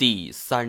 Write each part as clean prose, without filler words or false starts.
第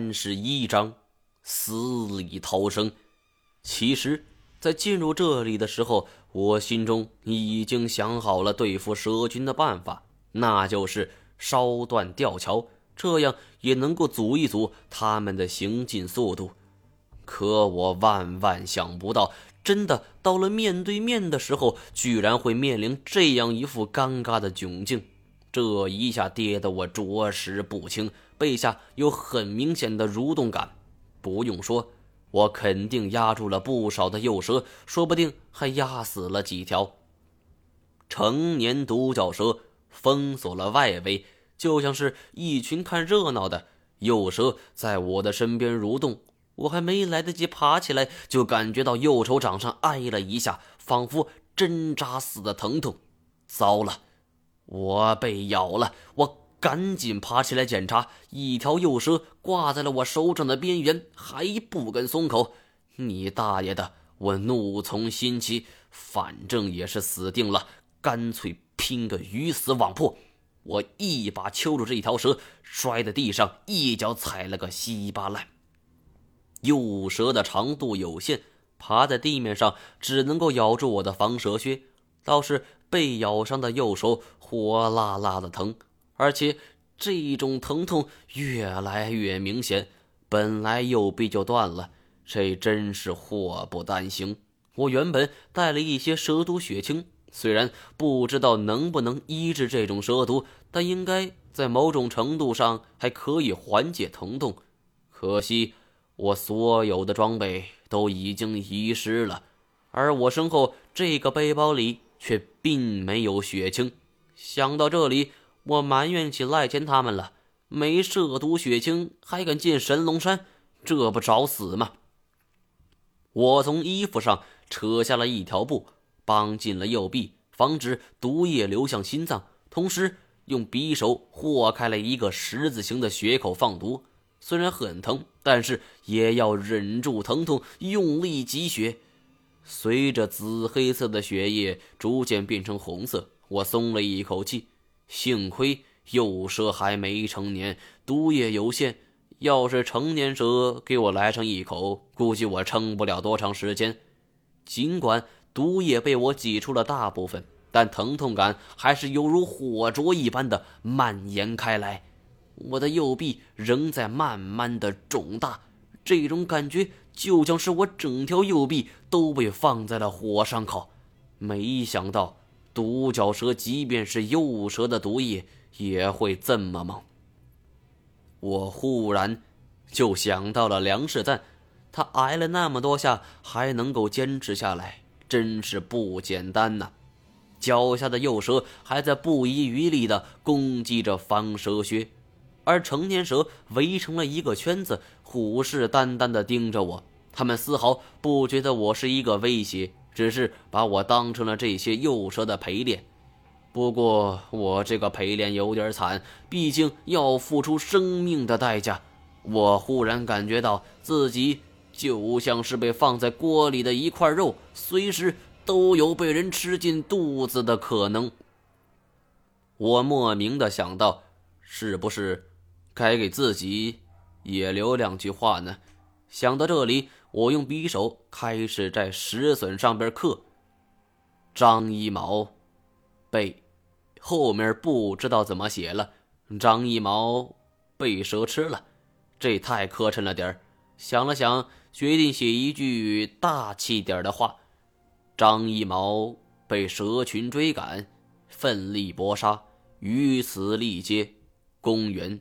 31章死里逃生。其实在进入这里的时候，我心中已经想好了对付蛇群的办法，那就是烧断吊桥，这样也能够阻一阻他们的行进速度。可我万万想不到，真的到了面对面的时候，居然会面临这样一副尴尬的窘境。这一下跌得我着实不轻，背下有很明显的蠕动感。不用说，我肯定压住了不少的幼蛇，说不定还压死了几条。成年独角蛇封锁了外围，就像是一群看热闹的幼蛇在我的身边蠕动。我还没来得及爬起来，就感觉到右手掌上挨了一下，仿佛针扎似的疼痛。糟了，我被咬了！我赶紧爬起来检查，一条幼蛇挂在了我手掌的边缘，还不肯松口。你大爷的！我怒从心起，反正也是死定了，干脆拼个鱼死网破。我一把揪住这条蛇，摔在地上，一脚踩了个稀巴烂。幼蛇的长度有限，爬在地面上只能够咬住我的防蛇靴，倒是被咬伤的右手火辣辣的疼，而且这种疼痛越来越明显。本来右臂就断了，这真是祸不单行。我原本带了一些蛇毒血清，虽然不知道能不能医治这种蛇毒，但应该在某种程度上还可以缓解疼痛。可惜我所有的装备都已经遗失了，而我身后这个背包里却并没有血清。想到这里，我埋怨起赖钱他们了，没涉毒血清还敢进神龙山，这不找死吗？我从衣服上扯下了一条布，绑进了右臂，防止毒液流向心脏，同时用匕首豁开了一个十字形的血口放毒。虽然很疼，但是也要忍住疼痛，用力挤血。随着紫黑色的血液逐渐变成红色，我松了一口气。幸亏幼蛇还没成年，毒液有限，要是成年蛇给我来上一口，估计我撑不了多长时间。尽管毒液被我挤出了大部分，但疼痛感还是犹如火灼一般的蔓延开来。我的右臂仍在慢慢的肿大，这种感觉就像是我整条右臂都被放在了火上烤。没想到独角蛇即便是幼蛇的毒液也会这么猛。我忽然就想到了梁世赞，他挨了那么多下还能够坚持下来，真是不简单呐。脚下的幼蛇还在不遗余力地攻击着防蛇靴，而成年蛇围成了一个圈子，虎视眈眈地盯着我。他们丝毫不觉得我是一个威胁，只是把我当成了这些幼蛇的陪练。不过我这个陪练有点惨，毕竟要付出生命的代价。我忽然感觉到自己就像是被放在锅里的一块肉，随时都有被人吃进肚子的可能。我莫名的想到，是不是该给自己也留两句话呢？想到这里，我用匕首开始在石笋上边刻张一毛被，后面不知道怎么写了，张一毛被蛇吃了，这太磕碜了点。想了想，决定写一句大气点的话：张一毛被蛇群追赶，奋力搏杀，于此力竭。公元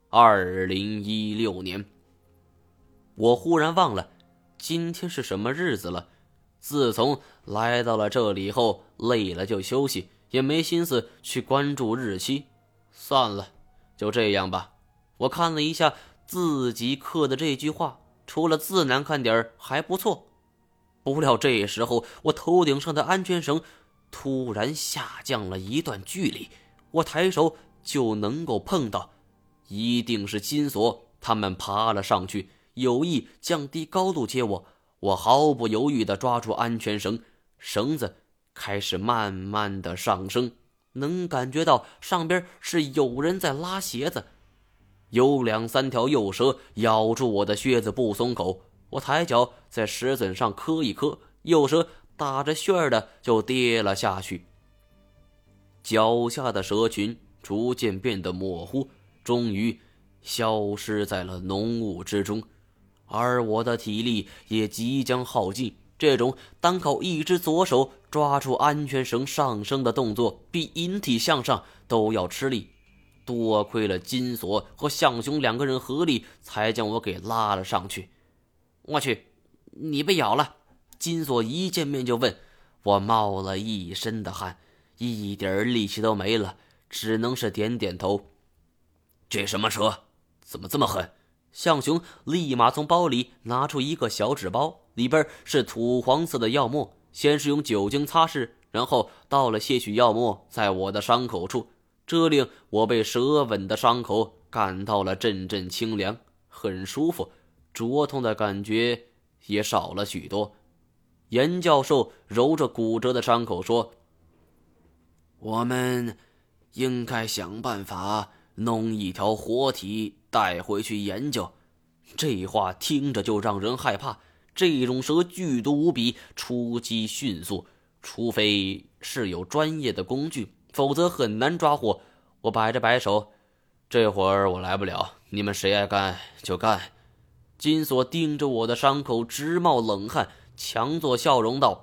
2016年。我忽然忘了今天是什么日子了。自从来到了这里后，累了就休息，也没心思去关注日期。算了，就这样吧。我看了一下自己刻的这句话，除了字难看点还不错。不料这时候，我头顶上的安全绳突然下降了一段距离，我抬手就能够碰到，一定是金锁他们爬了上去，有意降低高度接我。我毫不犹豫地抓住安全绳，绳子开始慢慢的上升，能感觉到上边是有人在拉鞋子。 有2、3条幼蛇咬住我的靴子不松口，我抬脚在石笋上磕一磕，幼蛇打着旋儿的就跌了下去。脚下的蛇群逐渐变得模糊，终于消失在了浓雾之中，而我的体力也即将耗尽。这种单靠一只左手抓住安全绳上升的动作，比引体向上都要吃力。多亏了金锁和向雄2个人合力，才将我给拉了上去。我去，你被咬了？金锁一见面就问。我冒了一身的汗，一点力气都没了，只能是点点头。这什么蛇？怎么这么狠？向雄立马从包里拿出一个小纸包，里边是土黄色的药沫，先是用酒精擦拭，然后倒了些许药沫在我的伤口处，这令我被蛇吻的伤口感到了阵阵清凉，很舒服，灼痛的感觉也少了许多。严教授揉着骨折的伤口说：我们应该想办法弄一条活体带回去研究。这话听着就让人害怕，这种蛇剧毒无比，出击迅速，除非是有专业的工具，否则很难抓获。我摆着摆手，这会儿我来不了，你们谁爱干就干。金锁盯着我的伤口直冒冷汗，强作笑容道：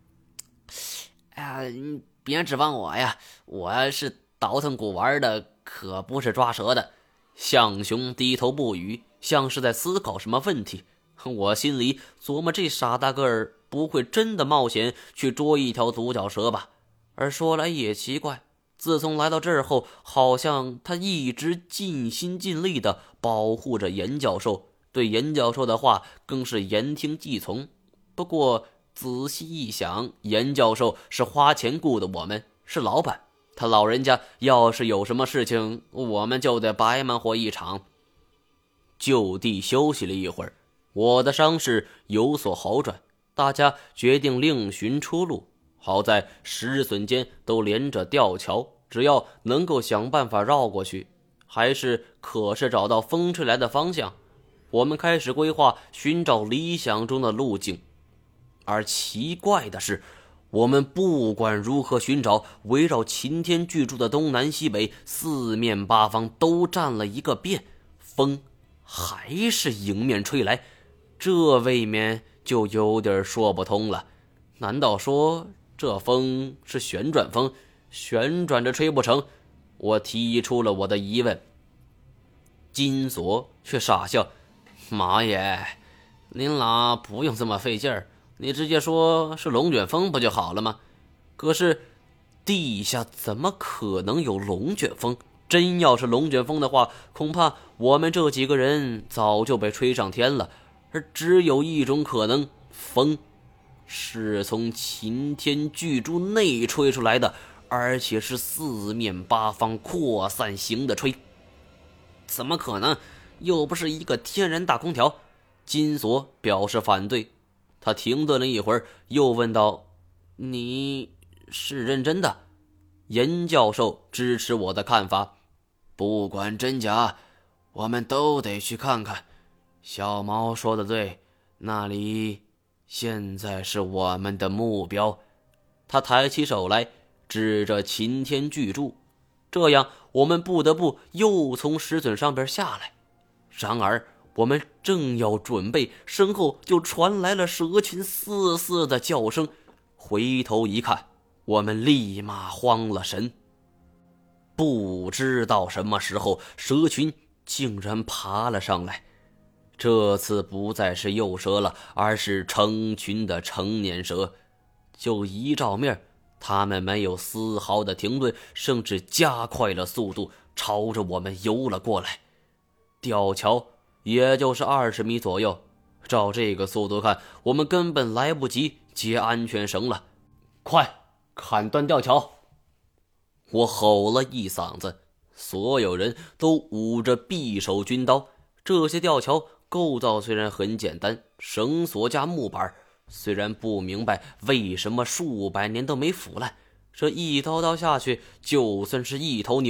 你别指望我呀，我是倒腾古玩的，可不是抓蛇的。向雄低头不语，像是在思考什么问题。我心里琢磨，这傻大个儿不会真的冒险去捉一条独角蛇吧？而说来也奇怪，自从来到这儿后，好像他一直尽心尽力地保护着严教授，对严教授的话更是言听计从。不过仔细一想，严教授是花钱雇的我们，是老板，他老人家要是有什么事情，我们就得白忙活一场。就地休息了一会儿，我的伤势有所好转，大家决定另寻出路。好在石笋间都连着吊桥，只要能够想办法绕过去，还是可是找到风吹来的方向。我们开始规划寻找理想中的路径。而奇怪的是，我们不管如何寻找，围绕擎天巨柱的东南西北四面八方都占了一个遍，风还是迎面吹来，这未免就有点说不通了。难道说这风是旋转风，旋转着吹不成？我提出了我的疑问。金锁却傻笑：妈耶，您俩不用这么费劲儿，你直接说是龙卷风不就好了吗？可是地下怎么可能有龙卷风？真要是龙卷风的话，恐怕我们这几个人早就被吹上天了。而只有一种可能，风是从擎天巨柱内吹出来的，而且是四面八方扩散型的吹。怎么可能？又不是一个天然大空调。金锁表示反对，他停顿了一会儿，又问道：你是认真的？严教授支持我的看法，不管真假，我们都得去看看。小毛说的对，那里现在是我们的目标。他抬起手来，指着擎天巨柱，这样我们不得不又从石笋上边下来。然而我们正要准备，身后就传来了蛇群嘶嘶的叫声。回头一看，我们立马慌了神。不知道什么时候，蛇群竟然爬了上来。这次不再是幼蛇了，而是成群的成年蛇。就一照面，它们没有丝毫的停顿，甚至加快了速度，朝着我们游了过来。吊桥也就是20米左右，照这个速度看，我们根本来不及接安全绳了。快，砍断吊桥！我吼了一嗓子，所有人都捂着匕首军刀。这些吊桥构造虽然很简单，绳索加木板，虽然不明白为什么数百年都没腐烂，这一刀刀下去，就算是一头牛，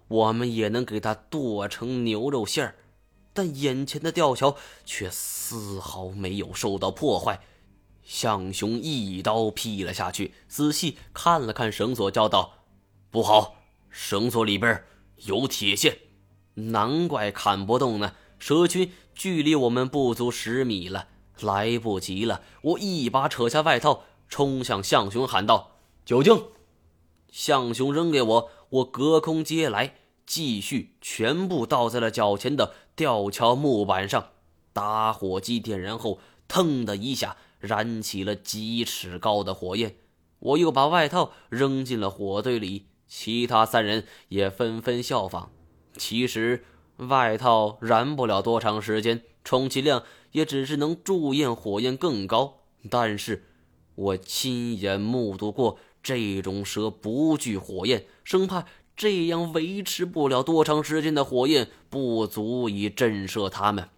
我们也能给它剁成牛肉馅儿。但眼前的吊桥却丝毫没有受到破坏。向雄一刀劈了下去，仔细看了看绳索，叫道：“不好，绳索里边有铁线。”难怪砍不动呢，蛇群距离我们不足10米了。来不及了，我一把扯下外套，冲向向雄喊道：“酒精！”向雄扔给我，我隔空接来，继续全部倒在了脚前的吊桥木板上。打火机点燃后，腾的一下燃起了几尺高的火焰。我又把外套扔进了火堆里，其他3人也纷纷效仿。其实外套燃不了多长时间，充其量也只是能助焰火焰更高。但是我亲眼目睹过这种蛇不惧火焰，生怕这样维持不了多长时间的火焰不足以震慑他们。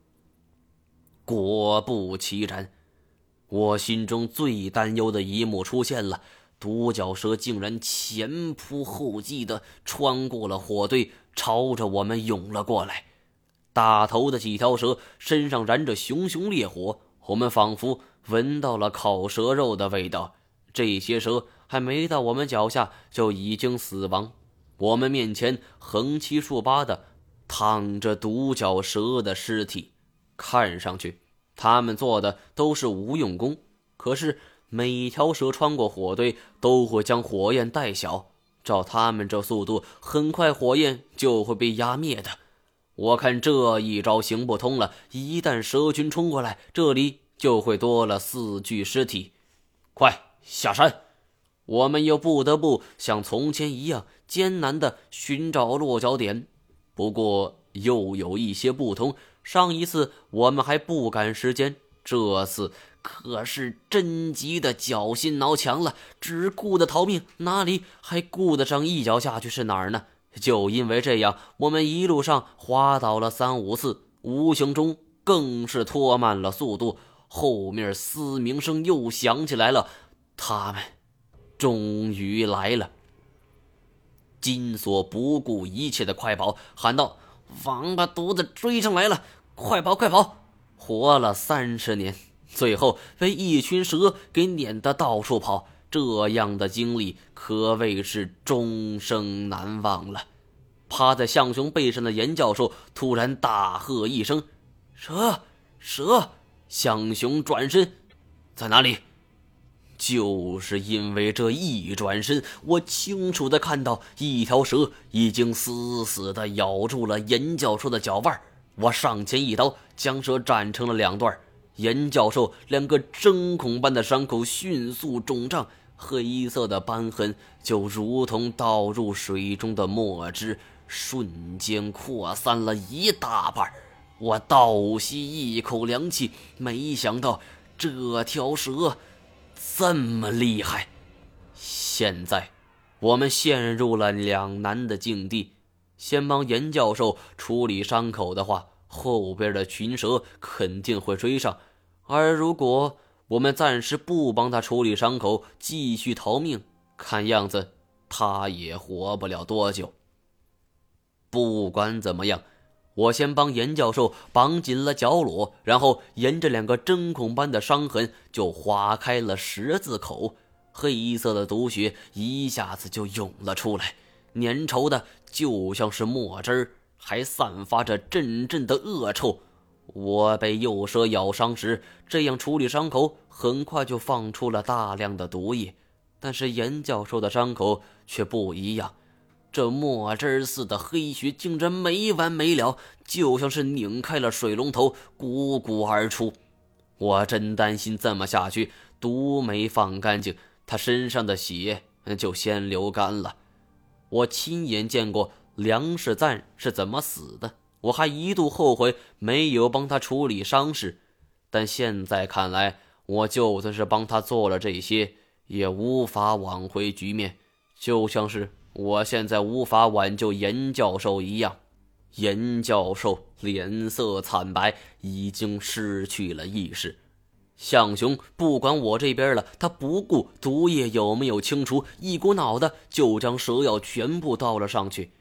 果不其然，我心中最担忧的一幕出现了，独角蛇竟然前仆后继地穿过了火堆，朝着我们涌了过来。大头的几条蛇身上燃着熊熊烈火，我们仿佛闻到了烤蛇肉的味道。这些蛇还没到我们脚下就已经死亡。我们面前横七竖八的躺着独角蛇的尸体，看上去他们做的都是无用功，可是每条蛇穿过火堆都会将火焰带小，照他们这速度，很快火焰就会被压灭的。我看这一招行不通了，一旦蛇群冲过来，这里就会多了4具尸体。快下山！我们又不得不像从前一样艰难地寻找落脚点。不过又有一些不同，上一次我们还不赶时间，这次可是真急的脚心挠墙了，只顾得逃命，哪里还顾得上一脚下去是哪儿呢？就因为这样，我们一路上滑倒了3、5次，无形中更是拖慢了速度。后面嘶鸣声又响起来了，他们终于来了。金锁不顾一切的快跑，喊道：“王八犊子追上来了，快跑快跑！”活了30年，最后被一群蛇给撵得到处跑，这样的经历可谓是终生难忘了。趴在向雄背上的严教授突然大喝一声：“蛇！蛇！”向雄转身：“在哪里？”就是因为这一转身，我清楚地看到一条蛇已经死死地咬住了严教授的脚腕。我上前一刀，将蛇斩成了2段。严教授2个针孔般的伤口迅速肿胀，黑色的斑痕就如同倒入水中的墨汁，瞬间扩散了一大半。我倒吸一口凉气，没想到这条蛇这么厉害。现在我们陷入了两难的境地，先帮严教授处理伤口的话，后边的群蛇肯定会追上，而如果我们暂时不帮他处理伤口，继续逃命，看样子他也活不了多久。不管怎么样，我先帮严教授绑紧了脚裸，然后沿着2个针孔般的伤痕就划开了10字口，黑色的毒血一下子就涌了出来，粘稠的就像是墨汁，还散发着阵阵的恶臭。我被幼蛇咬伤时，这样处理伤口很快就放出了大量的毒液，但是严教授的伤口却不一样，这墨汁似的黑血竟然没完没了，就像是拧开了水龙头，汩汩而出。我真担心这么下去，毒没放干净，他身上的血就先流干了。我亲眼见过梁世赞是怎么死的，我还一度后悔没有帮他处理伤势，但现在看来，我就算是帮他做了这些，也无法挽回局面，就像是我现在无法挽救严教授一样。严教授脸色惨白，已经失去了意识。向雄不管我这边了，他不顾毒液有没有清除，一股脑的就将蛇药全部倒了上去。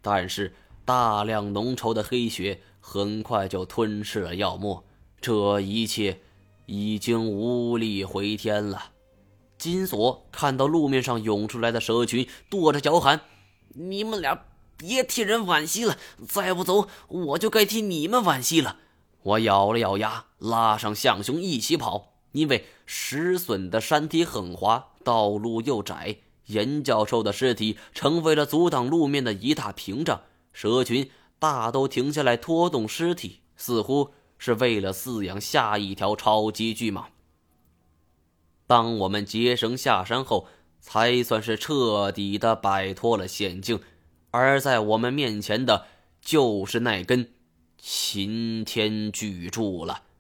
但是大量浓稠的黑血很快就吞噬了药沫，这一切已经无力回天了。金锁看到路面上涌出来的蛇群，跺着脚喊：“你们俩别替人惋惜了，再不走我就该替你们惋惜了。”我咬了咬牙，拉上象雄一起跑。因为石笋的山体很滑，道路又窄，严教授的尸体成为了阻挡路面的一大屏障。蛇群大都停下来拖动尸体，似乎是为了饲养下一条超级巨蟒。当我们结绳下山后，才算是彻底的摆脱了险境，而在我们面前的就是那根擎天巨柱了。